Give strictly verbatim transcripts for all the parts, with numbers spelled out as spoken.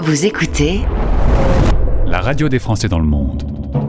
Vous écoutez la radio des Français dans le monde.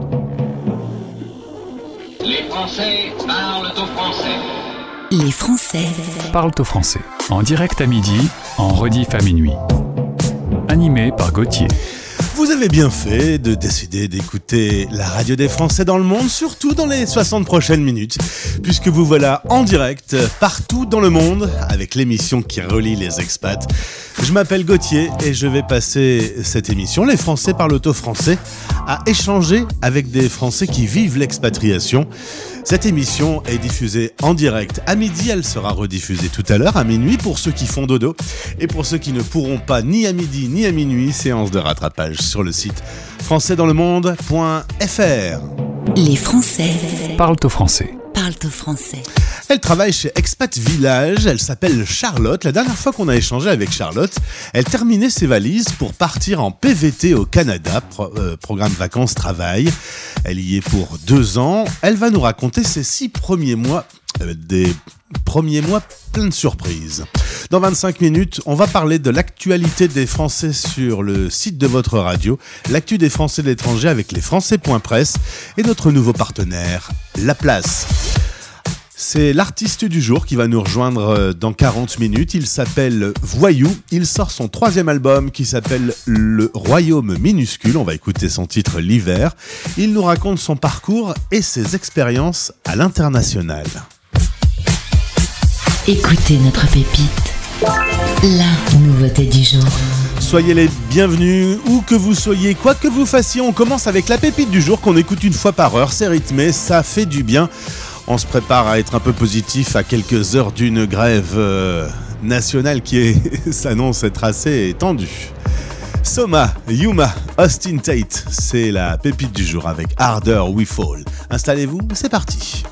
Les Français parlent au français. Les Français Parlent au français. En direct à midi, en rediff à minuit. Animé par Gauthier. Vous avez bien fait de décider d'écouter la radio des Français dans le monde, surtout dans les soixante prochaines minutes, puisque vous voilà en direct partout dans le monde avec l'émission qui relie les expats. Je m'appelle Gauthier et je vais passer cette émission, Les Français parlent au français, à échanger avec des Français qui vivent l'expatriation. Cette émission est diffusée en direct à midi, elle sera rediffusée tout à l'heure à minuit pour ceux qui font dodo. Et pour ceux qui ne pourront pas ni à midi ni à minuit, séance de rattrapage sur le site français dans le monde point f r. Les Français Parlent au français. parlent au français. Elle travaille chez Expat Village, elle s'appelle Charlotte. La dernière fois qu'on a échangé avec Charlotte, elle terminait ses valises pour partir en P V T au Canada, pro- euh, programme vacances-travail. Elle y est pour deux ans. Elle va nous raconter ses six premiers mois, euh, des premiers mois pleins de surprises. Dans vingt-cinq minutes, on va parler de l'actualité des Français sur le site de votre radio, l'actu des Français de l'étranger avec les Français point presse et notre nouveau partenaire, La Place. C'est l'artiste du jour qui va nous rejoindre dans quarante minutes. Il s'appelle Voyou. Il sort son troisième album qui s'appelle Le Royaume Minuscule. On va écouter son titre L'Hiver. Il nous raconte son parcours et ses expériences à l'international. Écoutez notre pépite, la nouveauté du jour. Soyez les bienvenus, où que vous soyez, quoi que vous fassiez. On commence avec la pépite du jour qu'on écoute une fois par heure. C'est rythmé, ça fait du bien. On se prépare à être un peu positif à quelques heures d'une grève euh, nationale qui est, s'annonce être assez tendue. Soma, Yuma, Austin Tate, c'est la pépite du jour avec Harder We Fall. Installez-vous, c'est parti.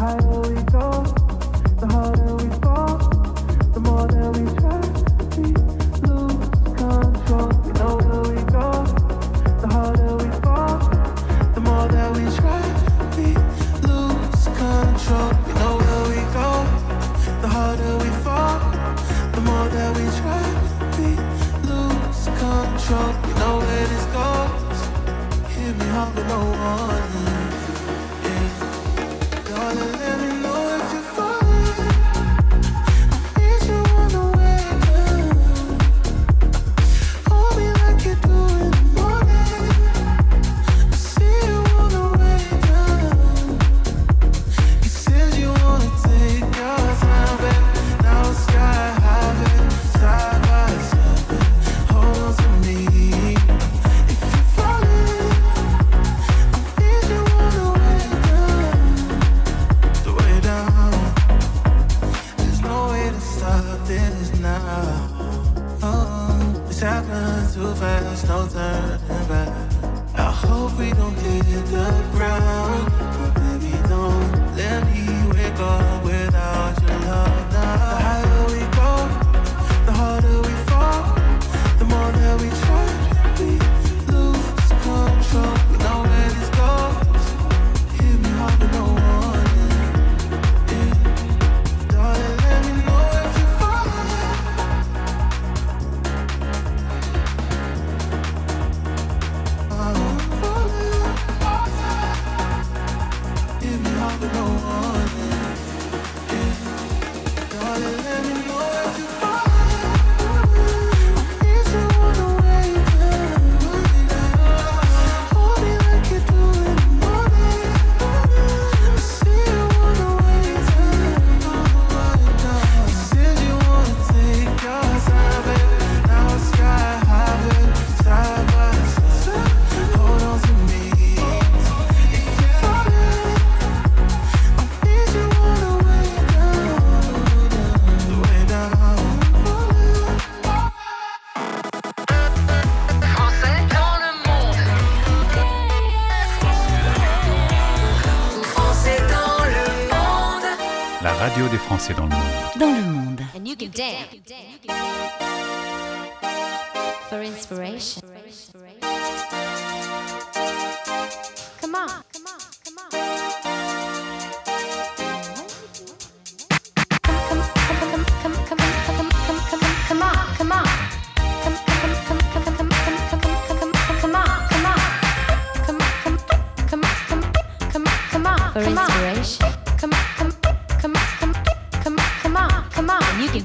Radio des Français dans le monde. Dans le monde. And you can dance for inspiration. Come on, come on, come on. Come, come, come, come, come, come, come, come, come on, come on. Come, come, come, come, come, come, come.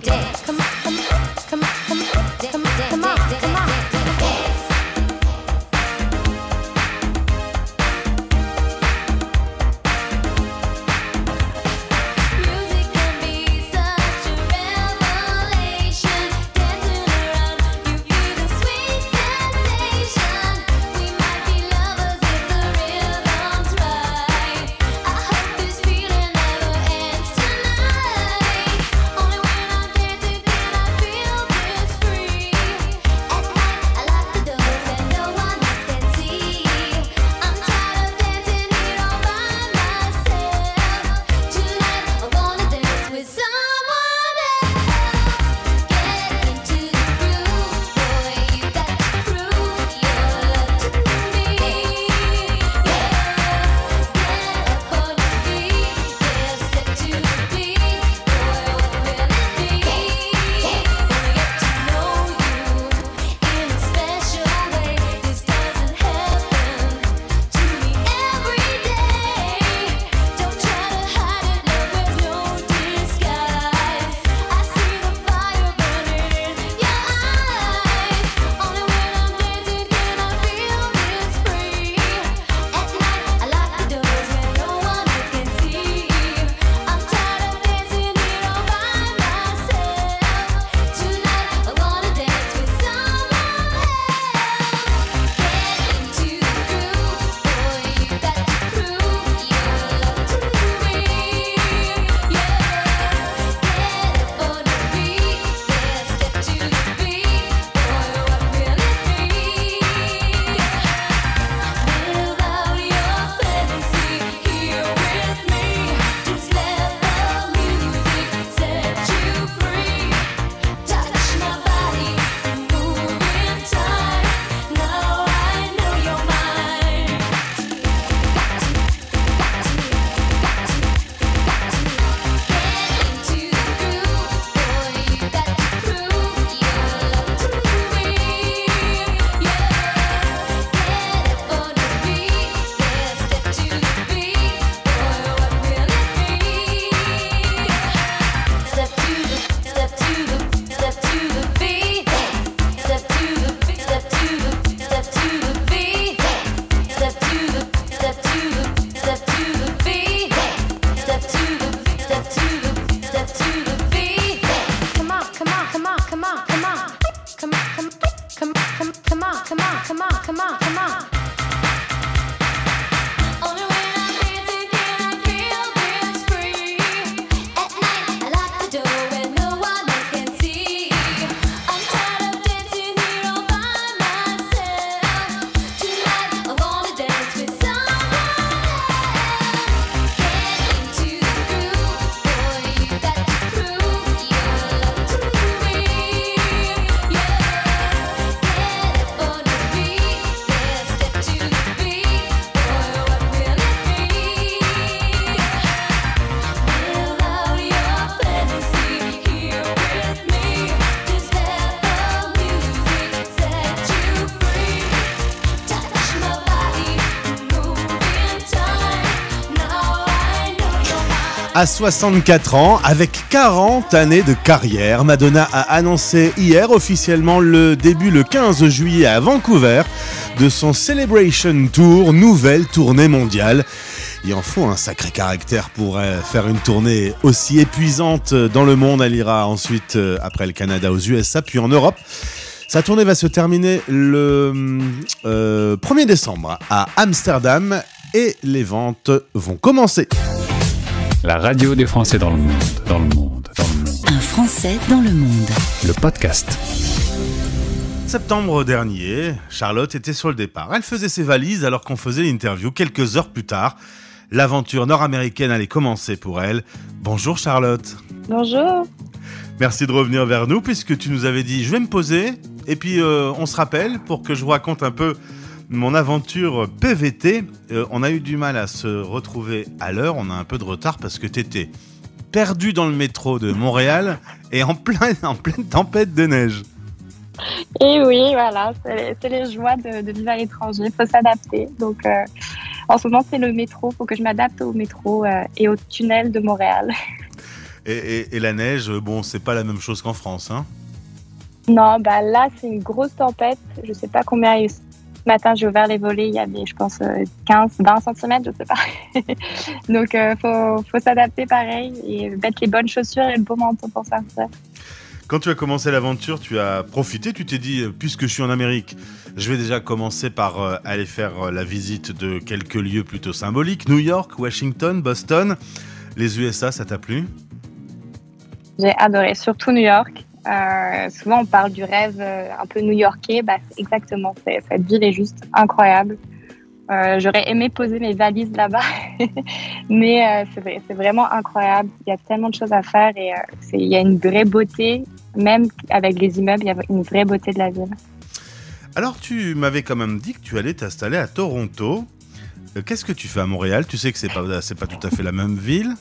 À soixante-quatre ans, avec quarante années de carrière, Madonna a annoncé hier officiellement le début le quinze juillet à Vancouver de son Celebration Tour, nouvelle tournée mondiale. Il en faut un sacré caractère pour faire une tournée aussi épuisante dans le monde. Elle ira ensuite, après le Canada, aux U S A, puis en Europe. Sa tournée va se terminer le euh, premier décembre à Amsterdam et les ventes vont commencer. La radio des Français dans le monde, dans le monde, dans le monde. Un Français dans le monde. Le podcast. Septembre dernier, Charlotte était sur le départ. Elle faisait ses valises alors qu'on faisait l'interview. Quelques heures plus tard, l'aventure nord-américaine allait commencer pour elle. Bonjour Charlotte. Bonjour. Merci de revenir vers nous puisque tu nous avais dit je vais me poser et puis euh, on se rappelle pour que je vous raconte un peu mon aventure P V T. Euh, on a eu du mal à se retrouver à l'heure, on a un peu de retard parce que tu étais perdu dans le métro de Montréal et en, plein, en pleine tempête de neige. Et oui, voilà, c'est les, c'est les joies de, de vivre à l'étranger, il faut s'adapter. Donc euh, en ce moment c'est le métro, il faut que je m'adapte au métro euh, et au tunnel de Montréal. Et, et, et la neige, bon, c'est pas la même chose qu'en France, hein? Non, bah là, c'est une grosse tempête. Je sais pas combien il y a eu. Ce matin, j'ai ouvert les volets, il y avait, je pense, quinze, vingt centimètres, je sais pas. Donc, il euh, faut, faut s'adapter pareil et mettre les bonnes chaussures et le beau manteau pour sortir. Quand tu as commencé l'aventure, tu as profité, tu t'es dit, puisque je suis en Amérique, je vais déjà commencer par euh, aller faire la visite de quelques lieux plutôt symboliques. New York, Washington, Boston. Les U S A, ça t'a plu? J'ai adoré, surtout New York. Euh, souvent, on parle du rêve euh, un peu new-yorkais. Bah, c'est exactement, c'est, cette ville est juste incroyable. Euh, j'aurais aimé poser mes valises là-bas, mais euh, c'est, c'est vraiment incroyable. Il y a tellement de choses à faire et euh, c'est, il y a une vraie beauté, même avec les immeubles, il y a une vraie beauté de la ville. Alors, tu m'avais quand même dit que tu allais t'installer à Toronto. Euh, qu'est-ce que tu fais à Montréal? Tu sais que c'est pas, c'est pas tout à fait la même ville.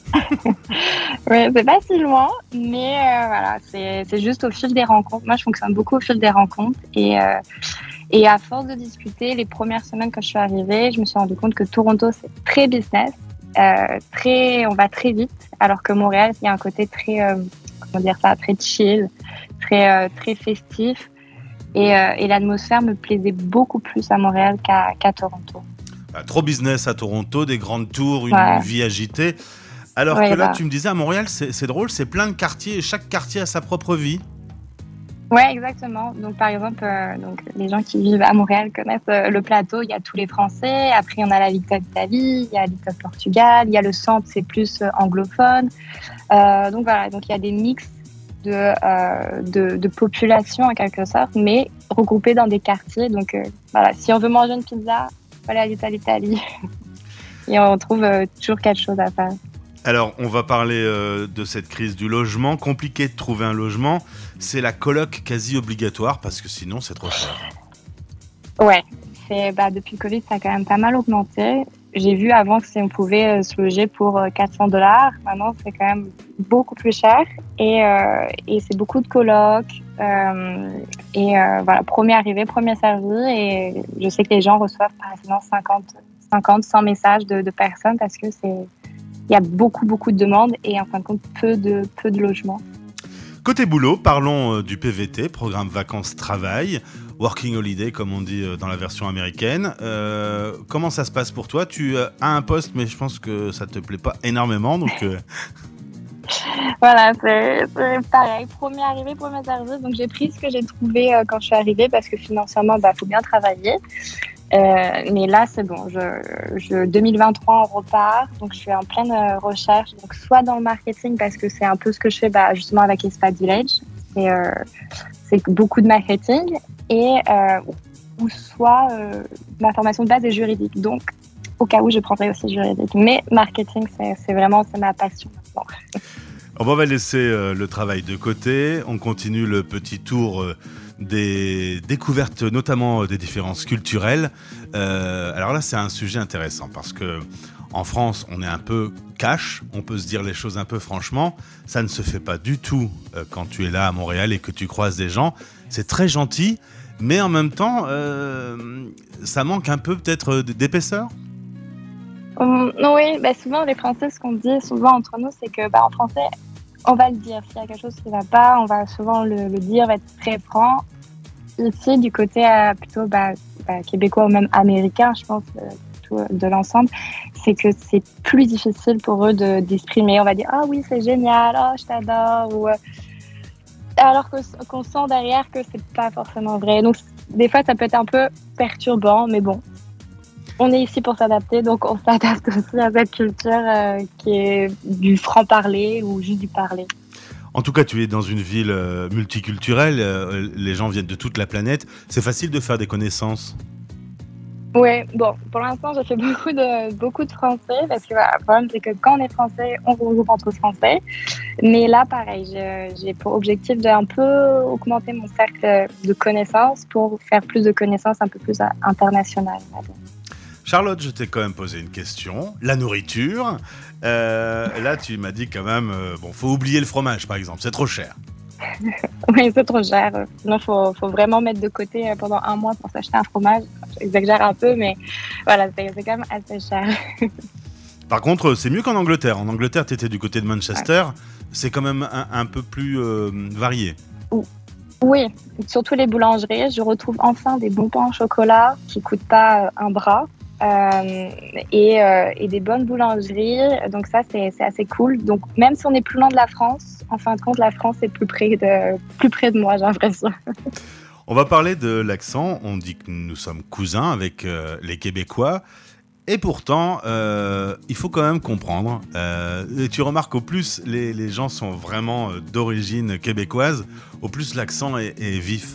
Oui, c'est pas si loin, mais euh, voilà, c'est, c'est juste au fil des rencontres. Moi, je fonctionne beaucoup au fil des rencontres et, euh, et à force de discuter, les premières semaines quand je suis arrivée, je me suis rendu compte que Toronto, c'est très business, euh, très, on va très vite, alors que Montréal, il y a un côté très, euh, comment dire ça, très chill, très, euh, très festif et, euh, et l'atmosphère me plaisait beaucoup plus à Montréal qu'à, qu'à Toronto. Ah, trop business à Toronto, des grandes tours, une Ouais. vie agitée. Alors Ouais, que là, bah. tu me disais, à Montréal, c'est, c'est drôle, c'est plein de quartiers et chaque quartier a sa propre vie. Ouais, exactement. Donc, par exemple, euh, donc, les gens qui vivent à Montréal connaissent euh, le plateau. Il y a tous les Français. Après, on a la Little Italie, il y a Little Portugal, il y a le centre, c'est plus euh, anglophone. Euh, donc, voilà. Donc, il y a des mix de, euh, de, de population, en quelque sorte, mais regroupés dans des quartiers. Donc, euh, voilà. Si on veut manger une pizza, voilà, Little Italie. Et on trouve euh, toujours quelque chose à faire. Alors, on va parler euh, de cette crise du logement. Compliqué de trouver un logement. C'est la coloc quasi obligatoire parce que sinon, c'est trop cher. Ouais, c'est, bah, depuis le Covid, ça a quand même pas mal augmenté. J'ai vu avant que si on pouvait euh, se loger pour euh, quatre cents dollars, maintenant c'est quand même beaucoup plus cher et, euh, et c'est beaucoup de colocs. Euh, et euh, voilà, premier arrivé, premier servi. Et je sais que les gens reçoivent par exemple cinquante, cent messages de, de personnes parce que c'est, il y a beaucoup, beaucoup de demandes et en fin de compte, peu de, peu de logements. Côté boulot, parlons euh, du P V T, programme vacances-travail, working holiday comme on dit euh, dans la version américaine. Euh, comment ça se passe pour toi? Tu euh, as un poste, mais je pense que ça te plaît pas énormément, donc... Euh... Voilà, c'est, c'est pareil, premier arrivé, premier servi. Donc j'ai pris ce que j'ai trouvé euh, quand je suis arrivée parce que financièrement, il bah, faut bien travailler. Euh, mais là, c'est bon. Je, je, deux mille vingt-trois, on repart. Donc, je suis en pleine euh, recherche. Donc, soit dans le marketing, parce que c'est un peu ce que je fais bah, justement avec Expat Village. C'est, euh, c'est beaucoup de marketing. Et, euh, ou soit euh, ma formation de base est juridique. Donc, au cas où, je prendrais aussi juridique. Mais marketing, c'est, c'est vraiment c'est ma passion maintenant. On va laisser euh, le travail de côté. On continue le petit tour euh, des découvertes, notamment euh, des différences culturelles. Euh, alors là, c'est un sujet intéressant parce que en France, on est un peu cash. On peut se dire les choses un peu franchement. Ça ne se fait pas du tout euh, quand tu es là à Montréal et que tu croises des gens. C'est très gentil, mais en même temps, euh, ça manque un peu peut-être d'épaisseur. Um, oui, bah souvent les Français, ce qu'on dit souvent entre nous, c'est que bah, en français, on va le dire. S'il y a quelque chose qui ne va pas, on va souvent le, le dire, va être très franc. Ici, du côté euh, plutôt bah, bah, québécois ou même américain, je pense, euh, tout, de l'ensemble, c'est que c'est plus difficile pour eux de, d'exprimer. On va dire « Ah oui, c'est génial, oh, je t'adore » ou, euh, alors que, qu'on sent derrière que c'est pas forcément vrai. Donc, des fois, ça peut être un peu perturbant, mais bon. On est ici pour s'adapter, donc on s'adapte aussi à cette culture euh, qui est du franc-parler ou juste du parler. En tout cas, tu es dans une ville euh, multiculturelle, euh, les gens viennent de toute la planète. C'est facile de faire des connaissances? Oui, bon, pour l'instant, j'ai fait beaucoup de, beaucoup de français, parce que voilà, le problème, c'est que quand on est français, on se regroupe entre français. Mais là, pareil, je, j'ai pour objectif d'un peu augmenter mon cercle de connaissances pour faire plus de connaissances un peu plus internationales. Charlotte, je t'ai quand même posé une question. La nourriture. Euh, là, tu m'as dit quand même, euh, bon, faut oublier le fromage, par exemple. C'est trop cher. Oui, c'est trop cher. Sinon, il faut, faut vraiment mettre de côté pendant un mois pour s'acheter un fromage. J'exagère un peu, mais voilà, c'est, c'est quand même assez cher. Par contre, c'est mieux qu'en Angleterre. En Angleterre, tu étais du côté de Manchester. c'est quand même un, un peu plus euh, varié. Oui, surtout les boulangeries. Je retrouve enfin des bons pains au chocolat qui coûtent pas euh, un bras. Euh, et, euh, et des bonnes boulangeries, donc ça c'est, c'est assez cool. Donc même si on est plus loin de la France, en fin de compte la France est plus près de, plus près de moi, j'ai l'impression. On va parler de l'accent, on dit que nous sommes cousins avec euh, les Québécois, et pourtant euh, il faut quand même comprendre, euh, et tu remarques au plus les, les gens sont vraiment euh, d'origine québécoise, au plus l'accent est, est vif.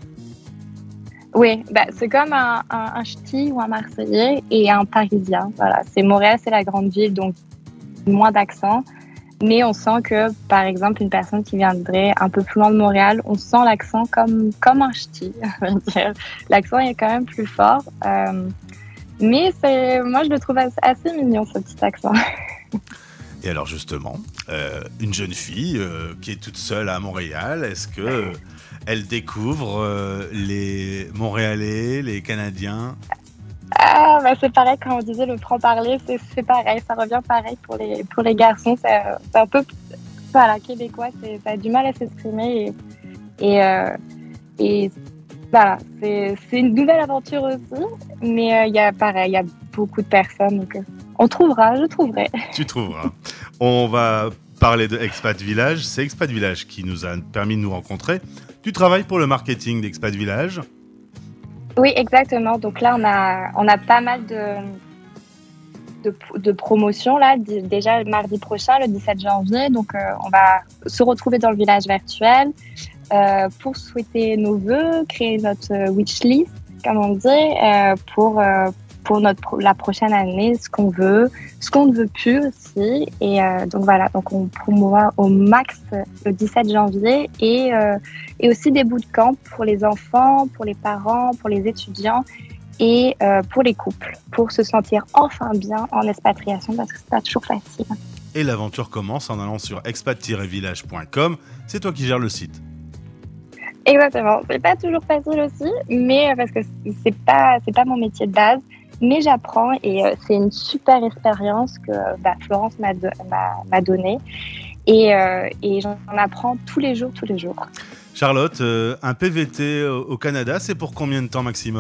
Oui, bah, c'est comme un, un, un ch'ti ou un Marseillais et un Parisien. Voilà, c'est Montréal, c'est la grande ville, donc moins d'accent. Mais on sent que, par exemple, une personne qui viendrait un peu plus loin de Montréal, on sent l'accent comme, comme un ch'ti. L'accent est quand même plus fort. Euh, mais c'est, moi, je le trouve assez, assez mignon, ce petit accent. Et alors justement, euh, une jeune fille euh, qui est toute seule à Montréal, est-ce que... Euh, elle découvre euh, les Montréalais, les Canadiens. Ah, bah c'est pareil, quand on disait le franc-parler, c'est, c'est pareil, ça revient pareil pour les, pour les garçons. C'est, c'est un peu, voilà, québécois, c'est, ça a du mal à s'exprimer. Et, et, euh, et voilà, c'est, c'est une nouvelle aventure aussi, mais il euh, y a pareil, il y a beaucoup de personnes, donc euh, on trouvera, je trouverai. Tu trouveras. On va parler de Expat Village. C'est Expat Village qui nous a permis de nous rencontrer. Tu travailles pour le marketing d'Expat Village ? Oui, exactement. Donc là, on a, on a pas mal de, de, de promotions. Là. Déjà, mardi prochain, le dix-sept janvier. Donc, euh, on va se retrouver dans le village virtuel euh, pour souhaiter nos vœux, créer notre wishlist, comme on dit, euh, pour, euh, pour notre, la prochaine année, ce qu'on veut, ce qu'on ne veut plus aussi. Et euh, donc, voilà. Donc, on promouvoit au max le dix-sept janvier et... Euh, et aussi des bootcamps pour les enfants, pour les parents, pour les étudiants et euh, pour les couples, pour se sentir enfin bien en expatriation parce que c'est pas toujours facile. Et l'aventure commence en allant sur expat tiret village point com. C'est toi qui gères le site. Exactement. C'est pas toujours facile aussi, mais parce que c'est pas c'est pas mon métier de base, mais j'apprends et euh, c'est une super expérience que bah, Florence m'a do- m'a, m'a donnée et, euh, et j'en apprends tous les jours, tous les jours. Charlotte, euh, un P V T au Canada, c'est pour combien de temps maximum ?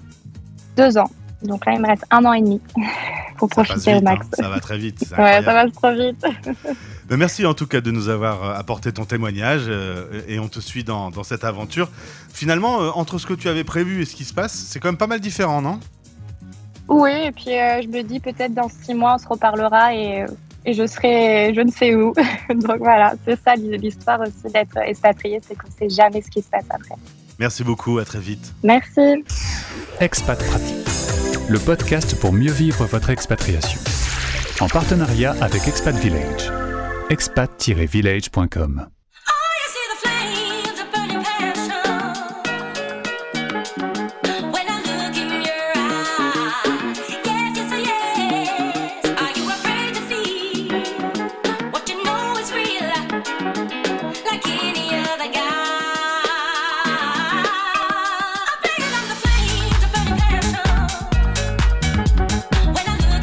Deux ans. Donc là, il me reste un an et demi pour ça profiter vite, au max. Hein, ça va très vite. C'est ouais, ça va trop vite. Mais merci en tout cas de nous avoir apporté ton témoignage euh, et on te suit dans, dans cette aventure. Finalement, euh, entre ce que tu avais prévu et ce qui se passe, c'est quand même pas mal différent, non ? Oui, et puis euh, je me dis peut-être dans six mois, on se reparlera et... Et je serai je ne sais où. Donc voilà, c'est ça l'histoire aussi d'être expatrié, c'est qu'on ne sait jamais ce qui se passe après. Merci beaucoup, à très vite. Merci. Expat Pratique, le podcast pour mieux vivre votre expatriation. En partenariat avec Expat Village. expat tiret village point com.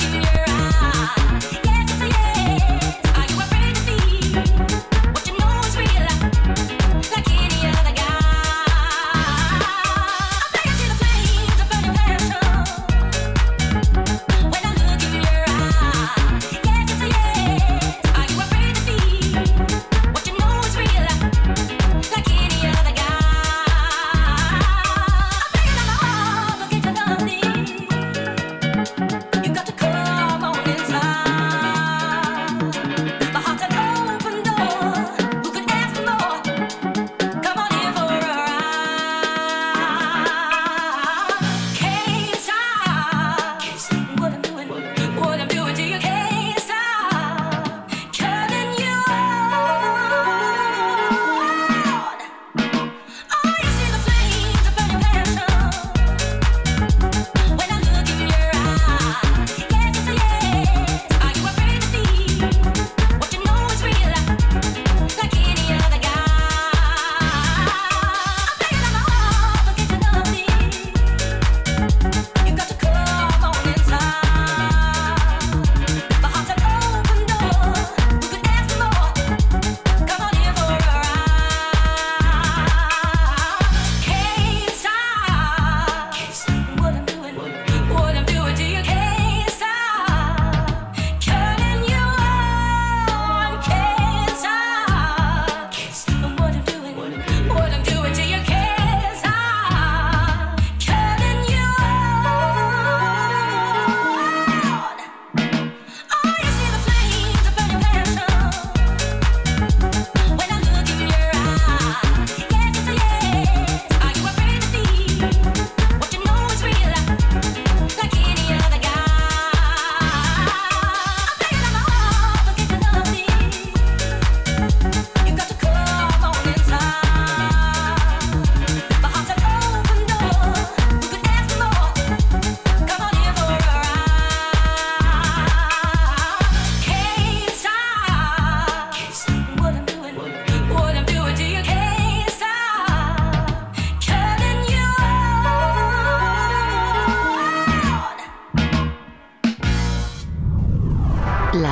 What you know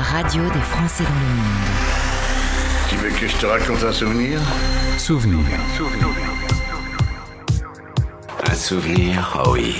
radio des Français dans le monde. Tu veux que je te raconte un souvenir ? Souvenir. Un souvenir, oh oui.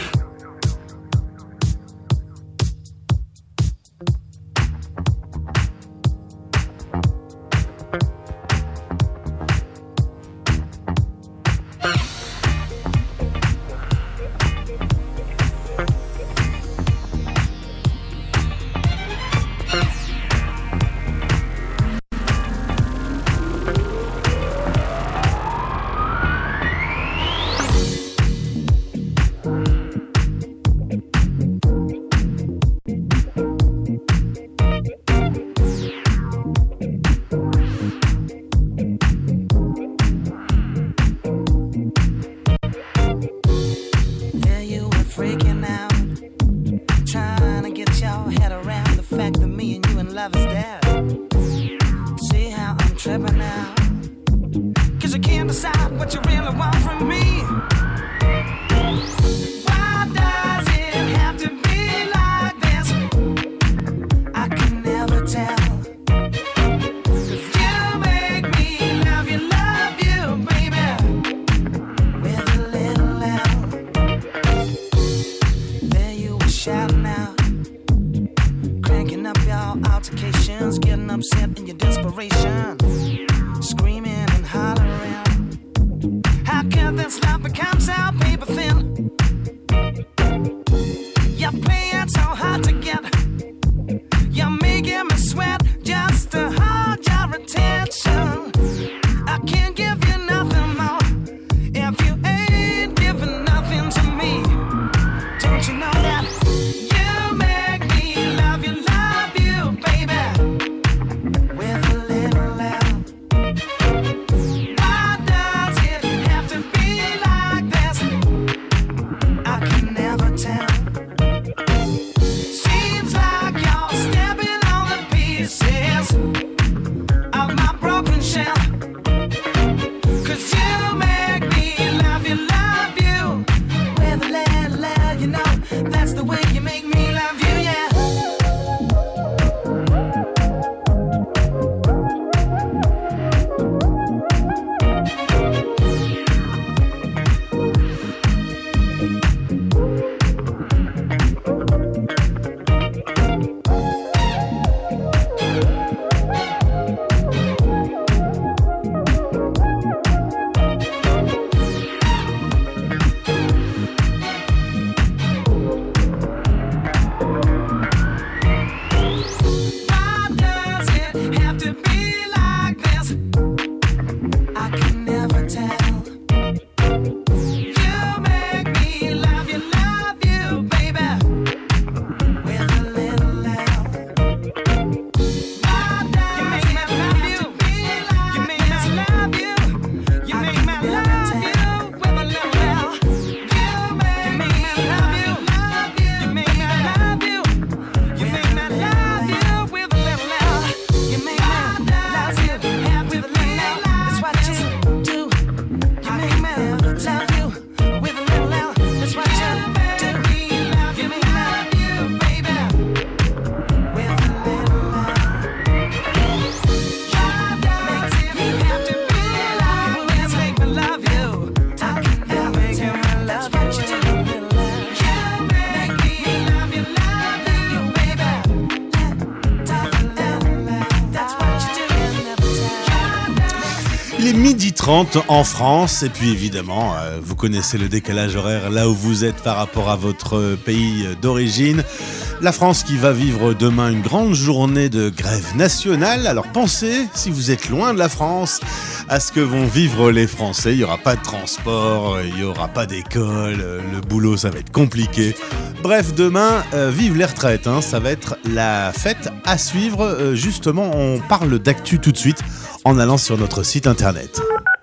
midi trente en France, et puis évidemment, euh, vous connaissez le décalage horaire là où vous êtes par rapport à votre pays d'origine. La France qui va vivre demain une grande journée de grève nationale. Alors pensez, si vous êtes loin de la France, à ce que vont vivre les Français. Il n'y aura pas de transport, il n'y aura pas d'école, le boulot ça va être compliqué. Bref, demain, euh, vive les retraites, hein, ça va être la fête à suivre. Euh, justement, on parle d'actu tout de suite en allant sur notre site internet.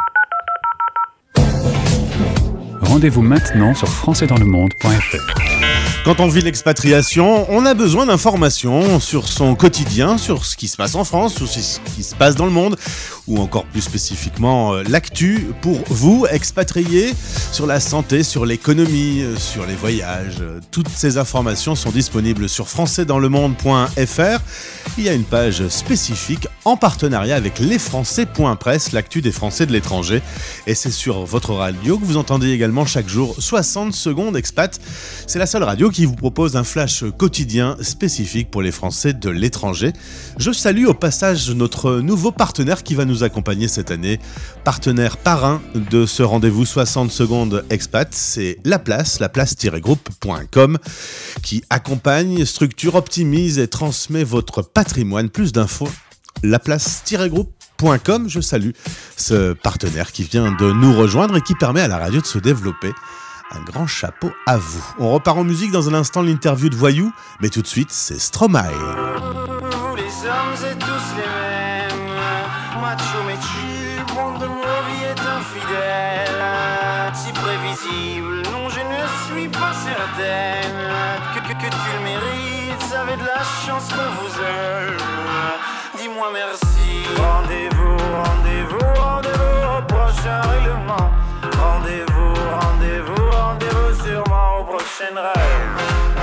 Rendez-vous maintenant sur français dans le monde point f r. Quand on vit l'expatriation, on a besoin d'informations sur son quotidien, sur ce qui se passe en France, ou ce qui se passe dans le monde, ou encore plus spécifiquement euh, l'actu pour vous, expatriés, sur la santé, sur l'économie, euh, sur les voyages. Toutes ces informations sont disponibles sur français dans le monde point f r. Il y a une page spécifique en partenariat avec lesfrançais point press, l'actu des Français de l'étranger. Et c'est sur votre radio que vous entendez également chaque jour soixante secondes expat. C'est la seule radio qui vous propose un flash quotidien spécifique pour les Français de l'étranger. Je salue au passage notre nouveau partenaire qui va nous accompagner cette année. Partenaire parrain de ce rendez-vous soixante secondes expat, c'est La Place, laplace-groupe point com, qui accompagne, structure, optimise et transmet votre patrimoine. Plus d'infos, laplace-groupe point com. Je salue ce partenaire qui vient de nous rejoindre et qui permet à la radio de se développer. Un grand chapeau à vous. On repart en musique dans un instant, l'interview de Voyou, mais tout de suite, c'est Stromae. Vous les hommes êtes tous les mêmes, macho mais tu, monde de nos vies est infidèle, si prévisible, non je ne suis pas certaine, que, que, que tu le mérites, vous avez de la chance qu'on vous aime, dis-moi merci. Rendez-vous, rendez-vous, rendez-vous au prochain règlement, rendez-vous, rendez-vous, rendez-vous sûrement au prochain rêve.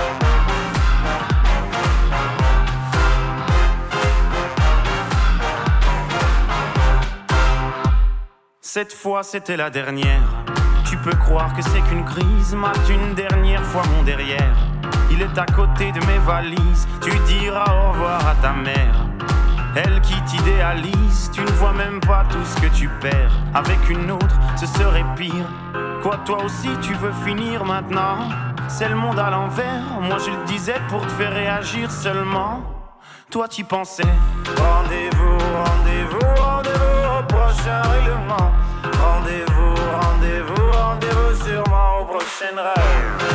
Cette fois c'était la dernière. Tu peux croire que c'est qu'une crise, mate une dernière fois mon derrière. Il est à côté de mes valises, tu diras au revoir à ta mère. Elle qui t'idéalise, tu ne vois même pas tout ce que tu perds. Avec une autre, ce serait pire. Quoi, toi aussi tu veux finir maintenant? C'est le monde à l'envers, moi je le disais pour te faire réagir seulement. Toi t'y pensais. Rendez-vous, rendez-vous, rendez-vous au prochain règlement. Rendez-vous, rendez-vous, rendez-vous sûrement au prochain rêve.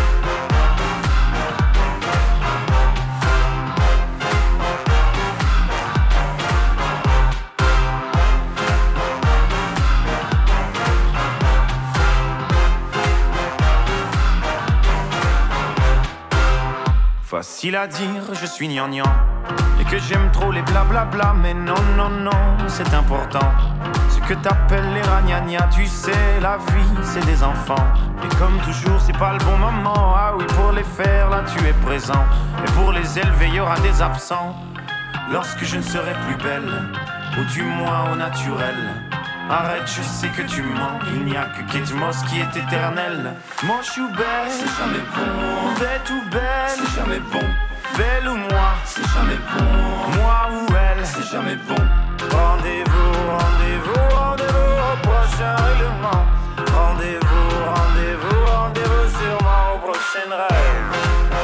Facile à dire, je suis gnangnan, et que j'aime trop les blablabla, mais non, non, non, c'est important. Ce que t'appelles les ragnagnas, tu sais, la vie, c'est des enfants. Et comme toujours, c'est pas le bon moment. Ah oui, pour les faire, là, tu es présent. Et pour les élever, il y aura des absents. Lorsque je ne serai plus belle, ou du moins au naturel. Arrête, je sais que tu mens. Il n'y a que Kate Moss qui est éternelle. Moche ou belle, c'est jamais bon. Bête ou belle, c'est jamais bon. Belle ou moi, c'est jamais bon. Moi ou elle, c'est jamais bon. Rendez-vous, rendez-vous, rendez-vous au prochain règlement. Rendez-vous, rendez-vous, rendez-vous sûrement au prochain rêve.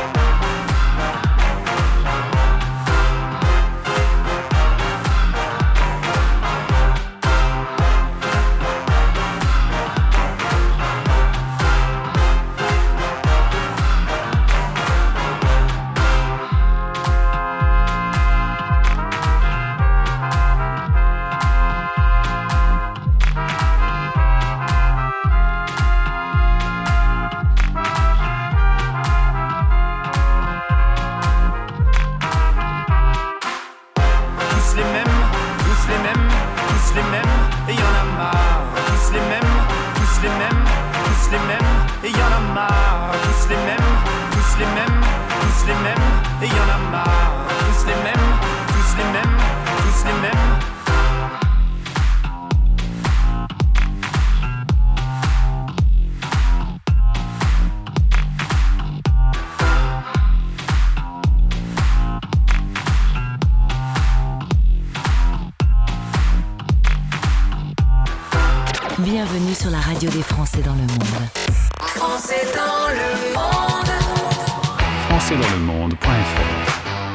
Bienvenue sur la radio des Français dans le monde. Français dans le monde. français dans le monde point f r.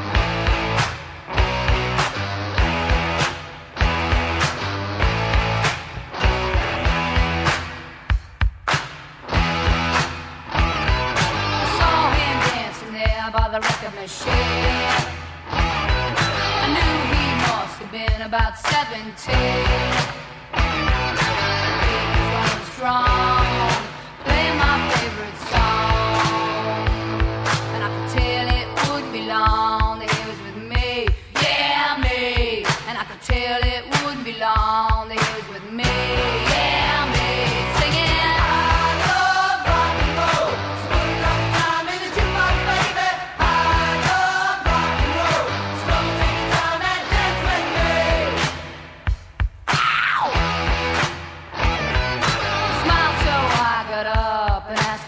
By the record machine, I knew he must have been about seventeen. He was strong, playing my favorite song, and I could tell it wouldn't be long that he was with me, yeah me, and I could tell it wouldn't be long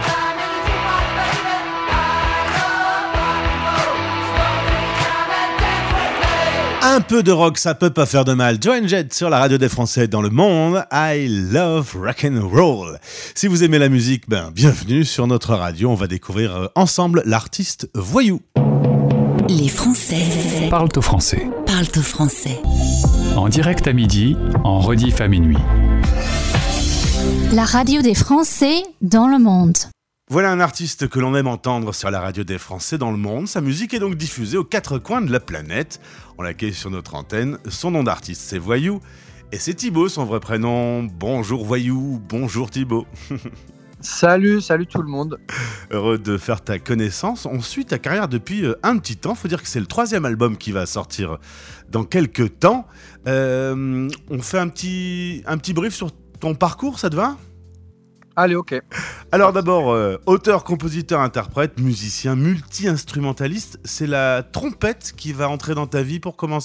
time in the jukebox, baby. I love rock and roll. Start to the time and dance with me. Un peu de rock, ça peut pas faire de mal. Joan Jett sur la radio des Français dans le monde. I love rock and roll. Si vous aimez la musique, ben bienvenue sur notre radio. On va découvrir euh, ensemble l'artiste Voyou. Les Français Parle au français. parlent au français. En direct à midi, en rediff à minuit. La radio des Français dans le monde. Voilà un artiste que l'on aime entendre sur la radio des Français dans le monde. Sa musique est donc diffusée aux quatre coins de la planète. On l'accueille sur notre antenne. Son nom d'artiste, c'est Voyou. Et c'est Thibaut, son vrai prénom. Bonjour Voyou, bonjour Thibaut. Salut, salut tout le monde. Heureux de faire ta connaissance. On suit ta carrière depuis un petit temps. Faut dire que c'est le troisième album qui va sortir dans quelques temps. Euh, on fait un petit, un petit brief sur ton parcours, ça te va ? Allez, ok. Alors d'abord, euh, auteur, compositeur, interprète, musicien, multi-instrumentaliste. C'est la trompette qui va entrer dans ta vie pour commencer ?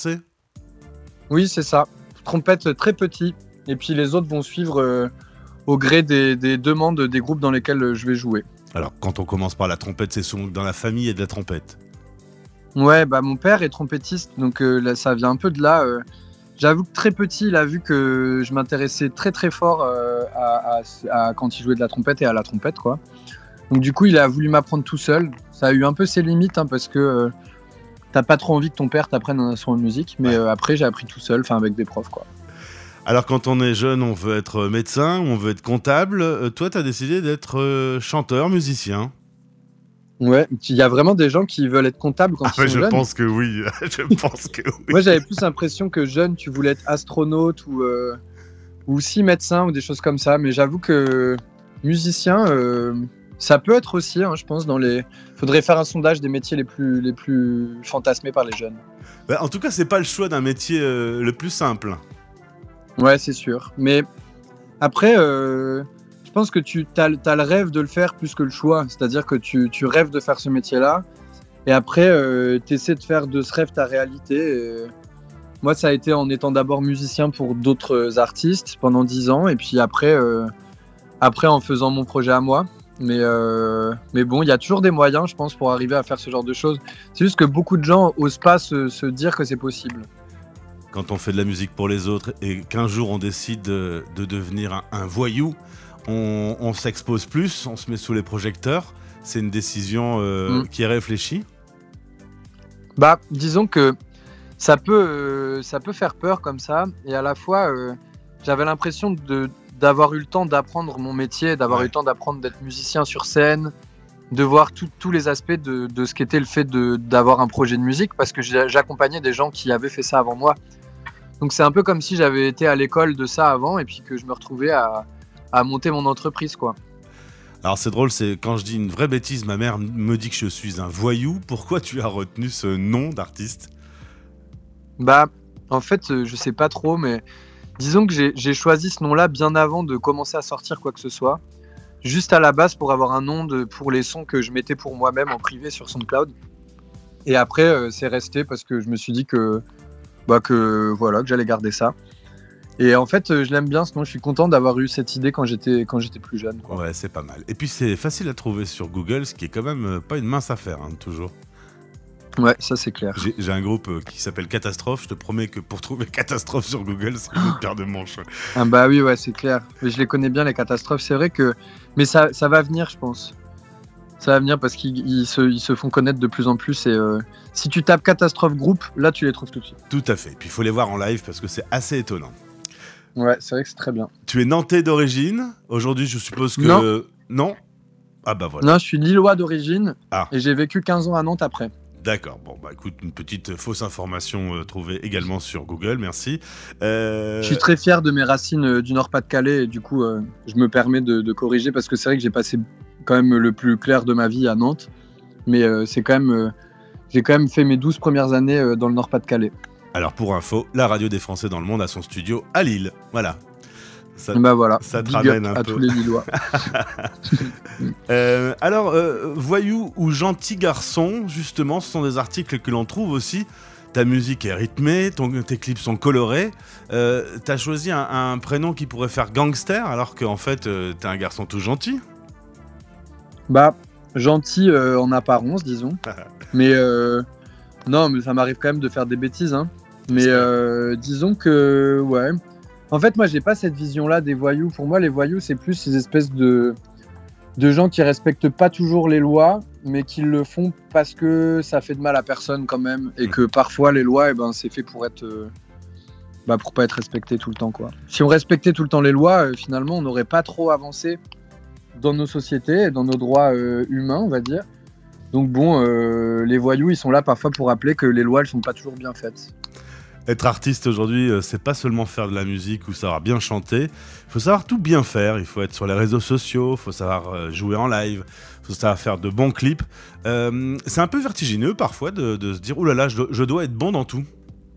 Oui, c'est ça. Trompette très petit. Et puis les autres vont suivre euh, au gré des, des demandes des groupes dans lesquels euh, je vais jouer. Alors quand on commence par la trompette, c'est souvent dans la famille et de la trompette. Ouais, bah mon père est trompettiste, donc euh, là, ça vient un peu de là. euh. J'avoue que très petit, il a vu que je m'intéressais très très fort euh, à, à, à quand il jouait de la trompette et à la trompette, quoi. Donc du coup, il a voulu m'apprendre tout seul. Ça a eu un peu ses limites, hein, parce que euh, t'as pas trop envie que ton père t'apprenne un instrument de musique. Mais Ouais. euh, après, j'ai appris tout seul, enfin avec des profs, quoi. Alors quand on est jeune, on veut être médecin, on veut être comptable. Euh, toi, t'as décidé d'être euh, chanteur, musicien. Ouais, il y a vraiment des gens qui veulent être comptables quand Ah ils ouais, sont je jeunes. pense que oui. je pense que oui. Moi, j'avais plus l'impression que jeune, tu voulais être astronaute ou, euh, ou aussi médecin ou des choses comme ça. Mais j'avoue que musicien, euh, ça peut être aussi, hein, je pense, dans les. Faudrait faire un sondage des métiers les plus, les plus fantasmés par les jeunes. Bah, en tout cas, c'est pas le choix d'un métier euh, le plus simple. Ouais, c'est sûr. Mais après, euh, je pense que tu as, le rêve de le faire plus que le choix. C'est-à-dire que tu, tu rêves de faire ce métier-là. Et après, euh, tu essaies de faire de ce rêve ta réalité. Et moi, ça a été en étant d'abord musicien pour d'autres artistes pendant dix ans. Et puis après, euh, après en faisant mon projet à moi. Mais, euh, mais bon, il y a toujours des moyens, je pense, pour arriver à faire ce genre de choses. C'est juste que beaucoup de gens n'osent pas se, se dire que c'est possible. Quand on fait de la musique pour les autres et qu'un jour on décide de, de devenir un, un voyou, on, on s'expose plus, on se met sous les projecteurs. C'est une décision euh, Mm. qui est réfléchie. Bah, disons que ça peut, euh, ça peut faire peur comme ça. Et à la fois, euh, j'avais l'impression de, d'avoir eu le temps d'apprendre mon métier, d'avoir Ouais. eu le temps d'apprendre d'être musicien sur scène, de voir tout- tous les aspects de, de ce qu'était le fait de, d'avoir un projet de musique, parce que j'ai- j'accompagnais des gens qui avaient fait ça avant moi. Donc c'est un peu comme si j'avais été à l'école de ça avant et puis que je me retrouvais à, à monter mon entreprise, quoi. Alors c'est drôle, c'est quand je dis une vraie bêtise, ma mère me dit que je suis un voyou. Pourquoi tu as retenu ce nom d'artiste ? Bah, en fait, euh, je sais pas trop, mais disons que j'ai, j'ai choisi ce nom-là bien avant de commencer à sortir quoi que ce soit. Juste à la base pour avoir un nom de, pour les sons que je mettais pour moi-même en privé sur SoundCloud. Et après, euh, c'est resté parce que je me suis dit que, bah, que, voilà, que j'allais garder ça. Et en fait, euh, je l'aime bien, ce nom. Je suis content d'avoir eu cette idée quand j'étais, quand j'étais plus jeune, quoi. Ouais, c'est pas mal. Et puis c'est facile à trouver sur Google, ce qui est quand même euh, pas une mince affaire, hein, toujours. Ouais, ça c'est clair. J'ai, j'ai un groupe euh, qui s'appelle Catastrophe. Je te promets que pour trouver Catastrophe sur Google, c'est une autre paire de manches. Ah bah oui, ouais, c'est clair. Mais je les connais bien, les catastrophes. C'est vrai que... Mais ça, ça va venir, je pense. Ça va venir parce qu'ils ils se, ils se font connaître de plus en plus. Et euh, si tu tapes Catastrophe Group, là, tu les trouves tout de suite. Tout à fait. Puis il faut les voir en live parce que c'est assez étonnant. Ouais, c'est vrai que c'est très bien. Tu es nantais d'origine. Aujourd'hui, je suppose que... Non. Non ? Ah bah voilà. Non, je suis lillois d'origine. Ah. Et j'ai vécu quinze ans à Nantes après. D'accord, bon bah écoute, une petite fausse information euh, trouvée également sur Google, merci. Euh... Je suis très fier de mes racines euh, du Nord-Pas-de-Calais et du coup euh, je me permets de, de corriger parce que c'est vrai que j'ai passé quand même le plus clair de ma vie à Nantes, mais euh, c'est quand même, euh, j'ai quand même fait mes douze premières années euh, dans le Nord-Pas-de-Calais. Alors pour info, la radio des Français dans le monde a son studio à Lille, voilà. Ça, bah voilà, ça te big ramène up un à peu. tous les Lillois. euh, alors, euh, voyou ou gentil garçon, justement, ce sont des articles que l'on trouve aussi. Ta musique est rythmée, ton, tes clips sont colorés. Euh, t'as choisi un, un prénom qui pourrait faire gangster, alors qu'en fait, euh, t'es un garçon tout gentil. Bah, gentil euh, en apparence, disons. mais euh, non, mais ça m'arrive quand même de faire des bêtises. Hein. Mais euh, disons que, ouais... En fait, moi, j'ai pas cette vision-là des voyous. Pour moi, les voyous, c'est plus ces espèces de, de gens qui respectent pas toujours les lois, mais qui le font parce que ça fait de mal à personne quand même, et que parfois les lois, eh ben, c'est fait pour être, euh, bah, pour pas être respecté tout le temps, quoi. Si on respectait tout le temps les lois, euh, finalement, on n'aurait pas trop avancé dans nos sociétés et dans nos droits euh, humains, on va dire. Donc bon, euh, les voyous, ils sont là parfois pour rappeler que les lois, elles sont pas toujours bien faites. Être artiste aujourd'hui, c'est pas seulement faire de la musique ou savoir bien chanter. Il faut savoir tout bien faire. Il faut être sur les réseaux sociaux, il faut savoir jouer en live, il faut savoir faire de bons clips. Euh, c'est un peu vertigineux parfois de, de se dire « Ouh là là, je, je dois être bon dans tout ».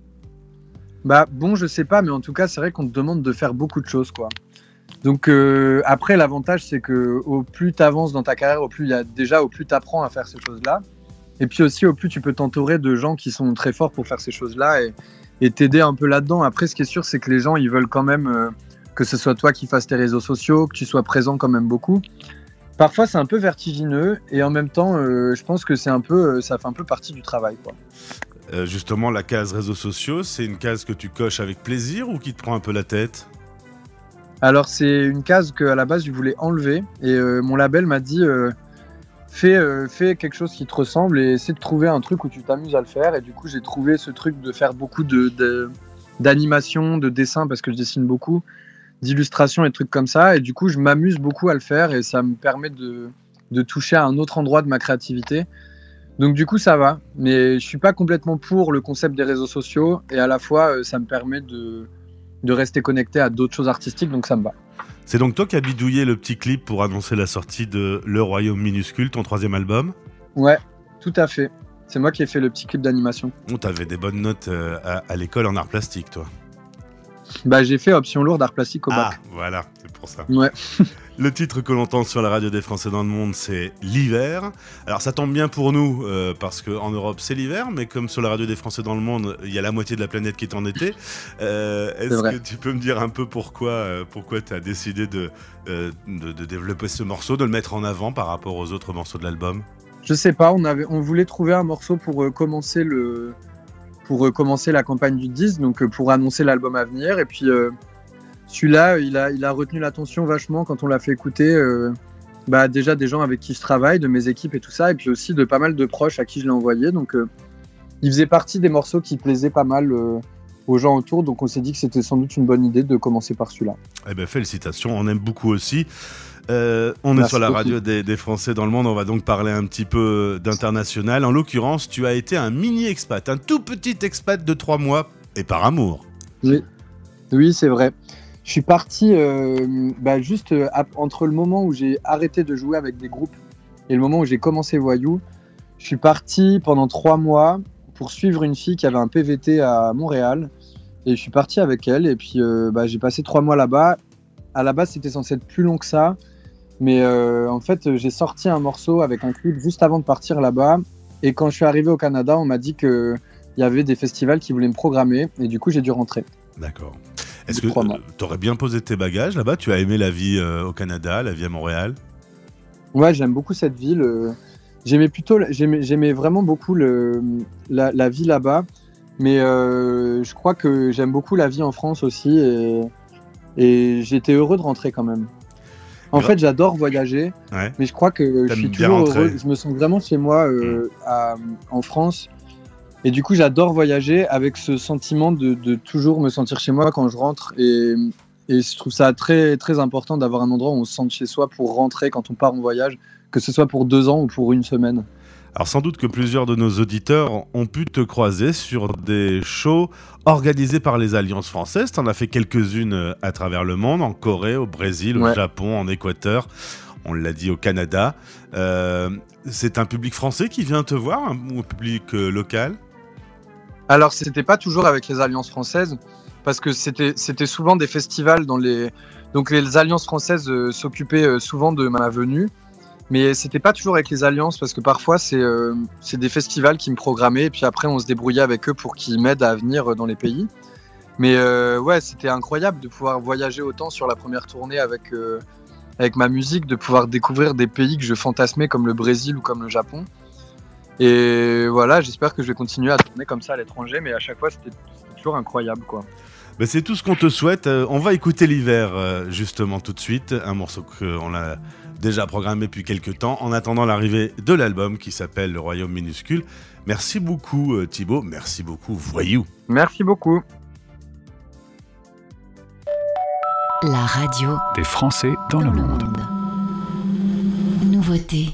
Bah bon, je sais pas, mais en tout cas, c'est vrai qu'on te demande de faire beaucoup de choses, quoi. Donc euh, après, l'avantage, c'est que au plus tu avances dans ta carrière, au plus il y a déjà, au plus tu apprends à faire ces choses-là. Et puis aussi, au plus tu peux t'entourer de gens qui sont très forts pour faire ces choses-là et et t'aider un peu là-dedans. Après, ce qui est sûr, c'est que les gens, ils veulent quand même euh, que ce soit toi qui fasses tes réseaux sociaux, que tu sois présent quand même beaucoup. Parfois, c'est un peu vertigineux et en même temps, euh, je pense que c'est un peu, euh, ça fait un peu partie du travail, quoi. Euh, justement, la case réseaux sociaux, c'est une case que tu coches avec plaisir ou qui te prend un peu la tête ? Alors, c'est une case qu'à la base, je voulais enlever et euh, mon label m'a dit... Euh, Fais, euh, fais quelque chose qui te ressemble et essaie de trouver un truc où tu t'amuses à le faire. Et du coup, j'ai trouvé ce truc de faire beaucoup de, de, d'animation, de dessin, parce que je dessine beaucoup, d'illustration et de trucs comme ça. Et du coup, je m'amuse beaucoup à le faire et ça me permet de, de toucher à un autre endroit de ma créativité. Donc du coup, ça va. Mais je suis pas complètement pour le concept des réseaux sociaux et à la fois, euh, ça me permet de, de rester connecté à d'autres choses artistiques, donc ça me va. C'est donc toi qui as bidouillé le petit clip pour annoncer la sortie de Le Royaume Minuscule, ton troisième album ? Ouais, tout à fait. C'est moi qui ai fait le petit clip d'animation. Oh, t'avais des bonnes notes euh, à, à l'école en art plastique, toi ? Bah, j'ai fait option lourde art plastique au bac. Ah, voilà, c'est pour ça. Ouais. Le titre que l'on entend sur la radio des Français dans le monde, c'est L'hiver. Alors ça tombe bien pour nous, euh, parce qu'en Europe c'est l'hiver, mais comme sur la radio des Français dans le monde, il y a la moitié de la planète qui est en été. Euh, est-ce c'est que tu peux me dire un peu pourquoi, euh, pourquoi tu as décidé de, euh, de, de développer ce morceau, de le mettre en avant par rapport aux autres morceaux de l'album ? Je sais pas, on, avait, on voulait trouver un morceau pour euh, commencer le... pour euh, commencer la campagne du disque, donc euh, pour annoncer l'album à venir. Et puis euh, celui-là, il a, il a retenu l'attention vachement quand on l'a fait écouter. Euh, bah, déjà des gens avec qui je travaille, de mes équipes et tout ça, et puis aussi de pas mal de proches à qui je l'ai envoyé. Donc euh, il faisait partie des morceaux qui plaisaient pas mal euh, aux gens autour. Donc on s'est dit que c'était sans doute une bonne idée de commencer par celui-là. Eh ben félicitations, on aime beaucoup aussi. Euh, on Merci est sur la beaucoup. radio des, des Français dans le monde, on va donc parler un petit peu d'international. En l'occurrence, tu as été un mini-expat, un tout petit expat de trois mois, et par amour. Oui, oui c'est vrai. Je Je suis parti euh, bah, juste euh, ap- entre le moment où j'ai arrêté de jouer avec des groupes et le moment où j'ai commencé Voyou. Je suis parti pendant trois mois pour suivre une fille qui avait un P V T à Montréal. Et je suis parti avec elle. Et puis euh, bah, j'ai passé trois mois là-bas. À la base, c'était censé être plus long que ça. Mais euh, en fait, j'ai sorti un morceau avec un clip juste avant de partir là-bas. Et quand je suis arrivé au Canada, on m'a dit qu'il y avait des festivals qui voulaient me programmer. Et du coup, j'ai dû rentrer. D'accord. Est-ce que tu aurais bien posé tes bagages là-bas ? Tu as aimé la vie euh, au Canada, la vie à Montréal ? Ouais, j'aime beaucoup cette ville. Euh, j'aimais plutôt, j'aimais, j'aimais vraiment beaucoup le, la, la vie là-bas. Mais euh, je crois que j'aime beaucoup la vie en France aussi. Et, et j'étais heureux de rentrer quand même. En Gra- fait, j'adore voyager. Ouais. Mais je crois que T'aimes je suis toujours rentrer. heureux. Je me sens vraiment chez moi euh, mmh. à, en France. Et du coup, j'adore voyager avec ce sentiment de, de toujours me sentir chez moi quand je rentre. Et, et je trouve ça très, très important d'avoir un endroit où on se sente chez soi pour rentrer quand on part en voyage, que ce soit pour deux ans ou pour une semaine. Alors sans doute que plusieurs de nos auditeurs ont pu te croiser sur des shows organisés par les Alliances françaises. Tu en as fait quelques-unes à travers le monde, en Corée, au Brésil, au ouais. Japon, en Équateur. On l'a dit, au Canada. Euh, c'est un public français qui vient te voir ou un public euh, local ? Alors, c'était pas toujours avec les Alliances françaises, parce que c'était, c'était souvent des festivals dans les... Donc, les Alliances françaises euh, s'occupaient euh, souvent de ma venue, mais c'était pas toujours avec les Alliances, parce que parfois, c'est, euh, c'est des festivals qui me programmaient, et puis après, on se débrouillait avec eux pour qu'ils m'aident à venir dans les pays. Mais euh, ouais, c'était incroyable de pouvoir voyager autant sur la première tournée avec, euh, avec ma musique, de pouvoir découvrir des pays que je fantasmais, comme le Brésil ou comme le Japon. Et voilà, j'espère que je vais continuer à tourner comme ça à l'étranger, mais à chaque fois, c'était, c'était toujours incroyable, quoi. Ben c'est tout ce qu'on te souhaite. Euh, on va écouter l'hiver, euh, justement, tout de suite. Un morceau qu'on a déjà programmé depuis quelques temps, en attendant l'arrivée de l'album qui s'appelle Le Royaume minuscule. Merci beaucoup, euh, Thibaut. Merci beaucoup, Voyou. Merci beaucoup. La radio des Français dans, dans le monde. monde. Nouveauté.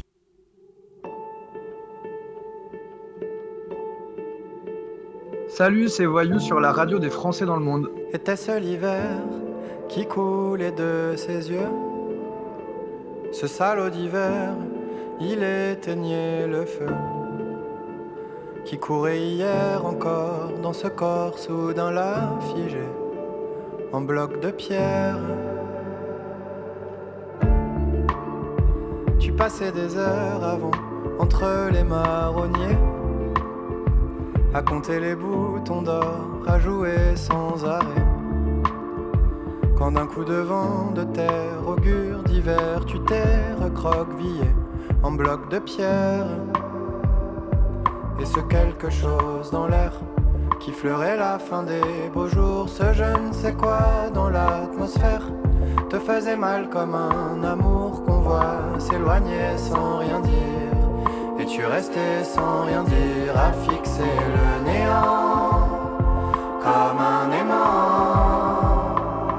Salut, c'est Voyou sur la radio des Français dans le monde. Était-ce l'hiver qui coulait de ses yeux ? Ce salaud d'hiver, il éteignait le feu qui courait hier encore dans ce corps soudain là figé en bloc de pierre. Tu passais des heures avant entre les marronniers à compter les boutons d'or, à jouer sans arrêt. Quand d'un coup de vent de terre augure d'hiver, tu t'es recroquevillé en bloc de pierre. Et ce quelque chose dans l'air qui fleurait la fin des beaux jours, ce je ne sais quoi dans l'atmosphère, te faisait mal comme un amour qu'on voit s'éloigner sans rien dire. Et tu restais sans rien dire à fixer le néant comme un aimant.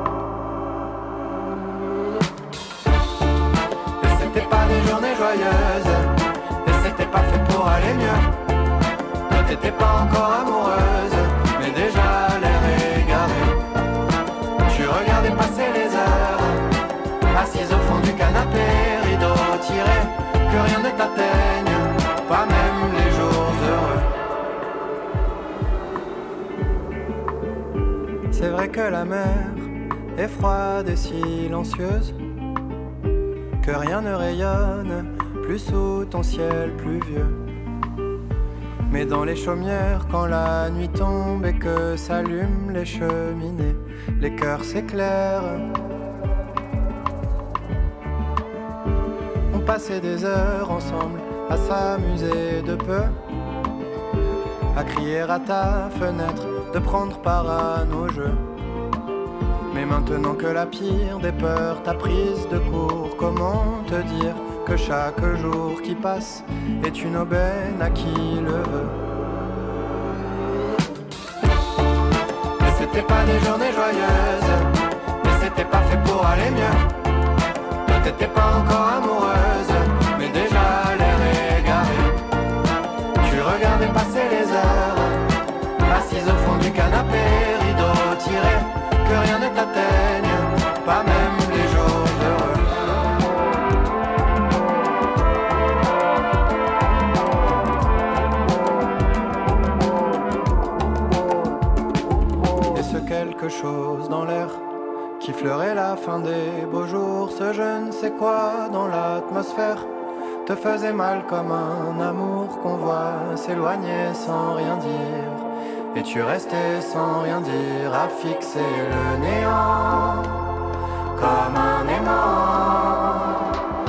Et c'était pas des journées joyeuses, et c'était pas fait pour aller mieux. Toi t'étais pas encore amoureuse, mais déjà l'air égaré. Tu regardais passer les heures, assise au fond du canapé, rideau tiré, que rien ne t'atteigne. Pas même les jours heureux. C'est vrai que la mer est froide et silencieuse, que rien ne rayonne plus sous ton ciel pluvieux. Mais dans les chaumières, quand la nuit tombe et que s'allument les cheminées, les cœurs s'éclairent. On passait des heures ensemble à s'amuser de peu, à crier à ta fenêtre, de prendre part à nos jeux. Mais maintenant que la pire des peurs t'a prise de court, comment te dire que chaque jour qui passe est une aubaine à qui le veut. Mais c'était pas des journées joyeuses, mais c'était pas fait pour aller mieux. Toi t'étais pas encore amoureuse, mais déjà l'air égaré. Tu regardais passer les heures, assise au fond du canapé, rideau tiré, que rien ne t'atteigne. l'un des beaux jours, ce je ne sais quoi dans l'atmosphère te faisait mal comme un amour qu'on voit s'éloigner sans rien dire. Et tu restais sans rien dire à fixer le néant comme un aimant.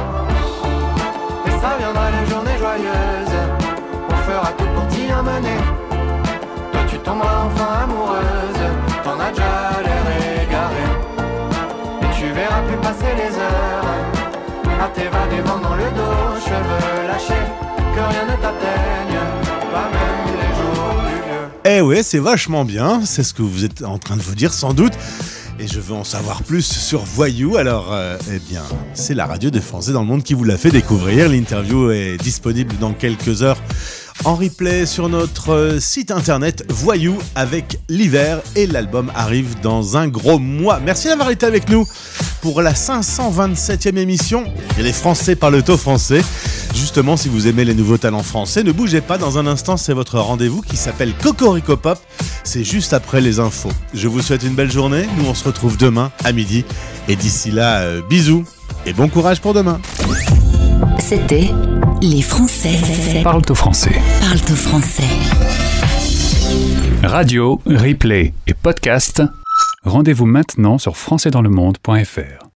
Et ça viendra les journées joyeuses, on fera tout pour t'y amener. Toi tu tomberas enfin amoureuse, t'en as déjà l'air égaré. Et tu verras plus passer les heures à t'évader vent dans le dos, cheveux lâchés, que rien ne t'atteigne, pas même les jours plus vieux. Eh ouais, c'est vachement bien, c'est ce que vous êtes en train de vous dire sans doute. Et je veux en savoir plus sur Voyou, alors euh, eh bien, c'est la radio des Français dans le monde qui vous l'a fait découvrir. L'interview est disponible dans quelques heures en replay sur notre site internet Voyou avec l'hiver, et l'album arrive dans un gros mois. Merci d'avoir été avec nous pour la cinq cent vingt-septième émission et les Français parlent au français. Justement, si vous aimez les nouveaux talents français, ne bougez pas, dans un instant c'est votre rendez-vous qui s'appelle Cocorico Pop. C'est juste après les infos. Je vous souhaite une belle journée, nous on se retrouve demain à midi, et d'ici là, euh, bisous et bon courage pour demain. C'était Les Français Parle au français. Parle au français. Radio, replay et podcast. Rendez-vous maintenant sur français dans le monde point f r.